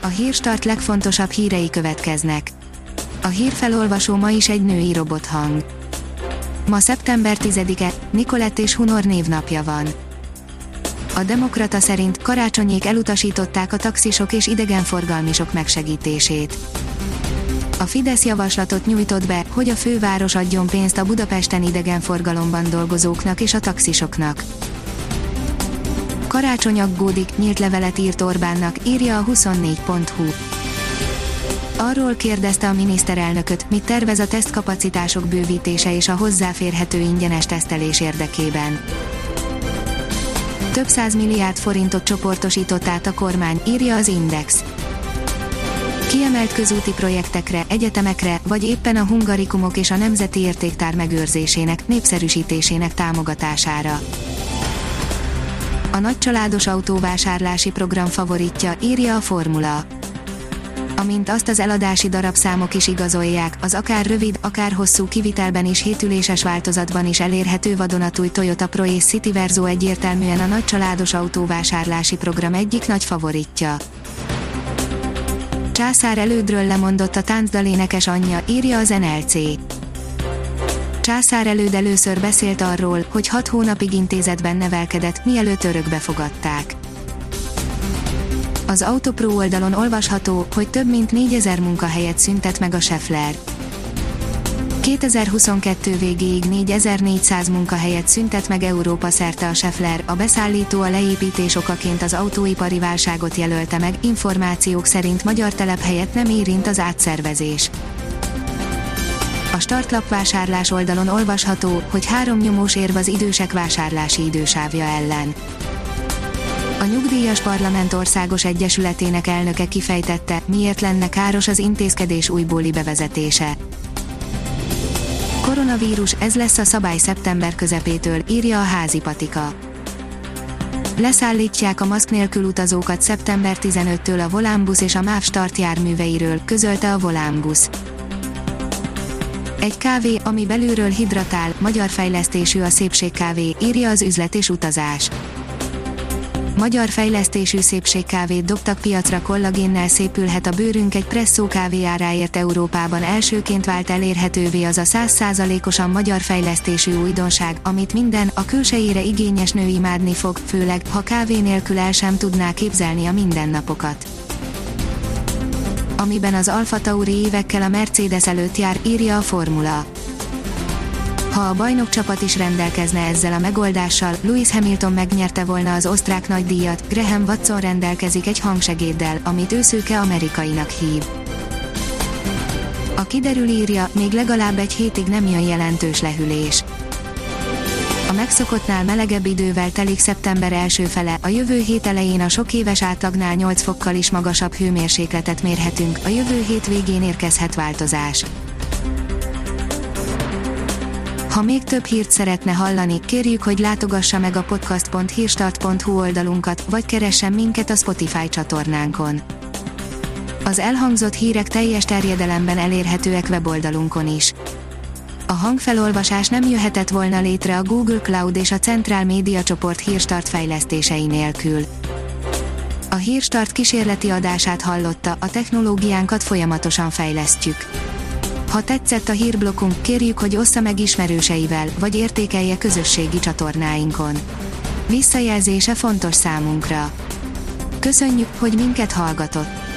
A Hírstart legfontosabb hírei következnek. A hírfelolvasó ma is egy női robothang. Ma szeptember 10-e, Nikolett és Hunor névnapja van. A Demokrata szerint Karácsonyék elutasították a taxisok és idegenforgalmisok megsegítését. A Fidesz javaslatot nyújtott be, hogy a főváros adjon pénzt a Budapesten idegenforgalomban dolgozóknak és a taxisoknak. Karácsony aggódik, nyílt levelet írt Orbánnak, írja a 24.hu. Arról kérdezte a miniszterelnököt, mit tervez a tesztkapacitások bővítése és a hozzáférhető ingyenes tesztelés érdekében. Több 100 milliárd forintot csoportosított át a kormány, írja az Index. Kiemelt közúti projektekre, egyetemekre, vagy éppen a hungarikumok és a nemzeti értéktár megőrzésének, népszerűsítésének támogatására. A nagycsaládos autóvásárlási program favoritja, írja a Formula. Amint azt az eladási darabszámok is igazolják, az akár rövid, akár hosszú kivitelben is hétüléses változatban is elérhető vadonatúj Toyota Pro és City Verzo egyértelműen a nagycsaládos autóvásárlási program egyik nagy favoritja. Császár elődről lemondott a táncdalénekes anyja, írja az NLC. Császár előd először beszélt arról, hogy 6 hónapig intézetben nevelkedett, mielőtt örökbe fogadták. Az Autopro oldalon olvasható, hogy több mint 4000 munkahelyet szüntet meg a Schaeffler. 2022 végéig 4400 munkahelyet szüntet meg Európa szerte a Schaeffler, a beszállító a leépítés okaként az autóipari válságot jelölte meg, információk szerint magyar telephelyet nem érint az átszervezés. A startlapvásárlás oldalon olvasható, hogy 3 nyomós érv az idősek vásárlási idősávja ellen. A Nyugdíjas Parlament Országos Egyesületének elnöke kifejtette, miért lenne káros az intézkedés újbóli bevezetése. Koronavírus, ez lesz a szabály szeptember közepétől, írja a Házi Patika. Leszállítják a maszk nélkül utazókat szeptember 15-től a Volánbusz és a MÁV Start járműveiről, közölte a Volánbusz. Egy kávé, ami belülről hidratál, magyar fejlesztésű a szépségkávé, írja az Üzlet és Utazás. Magyar fejlesztésű szépségkávét dobtak piacra, kollagénnel szépülhet a bőrünk. Egy presszó kávé áráért Európában elsőként vált elérhetővé az a 100%-osan magyar fejlesztésű újdonság, amit minden, a külsejére igényes nő imádni fog, főleg, ha kávé nélkül el sem tudná képzelni a mindennapokat. Amiben az Alfa Tauri évekkel a Mercedes előtt jár, írja a Formula. Ha a bajnokcsapat is rendelkezne ezzel a megoldással, Lewis Hamilton megnyerte volna az osztrák nagydíjat, Graham Watson rendelkezik egy hangsegéddel, amit ő szőke amerikainak hív. A Kiderül írja, még legalább egy hétig nem jön jelentős lehűlés. A megszokottnál melegebb idővel telik szeptember első fele, a jövő hét elején a sok éves átlagnál 8 fokkal is magasabb hőmérsékletet mérhetünk, a jövő hét végén érkezhet változás. Ha még több hírt szeretne hallani, kérjük, hogy látogassa meg a podcast.hírstart.hu oldalunkat, vagy keressen minket a Spotify csatornánkon. Az elhangzott hírek teljes terjedelemben elérhetőek weboldalunkon is. A hangfelolvasás nem jöhetett volna létre a Google Cloud és a Centrál Média csoport Hírstart fejlesztései nélkül. A Hírstart kísérleti adását hallotta, a technológiánkat folyamatosan fejlesztjük. Ha tetszett a hírblokkunk, kérjük, hogy ossza meg ismerőseivel, vagy értékelje közösségi csatornáinkon. Visszajelzése fontos számunkra. Köszönjük, hogy minket hallgatott!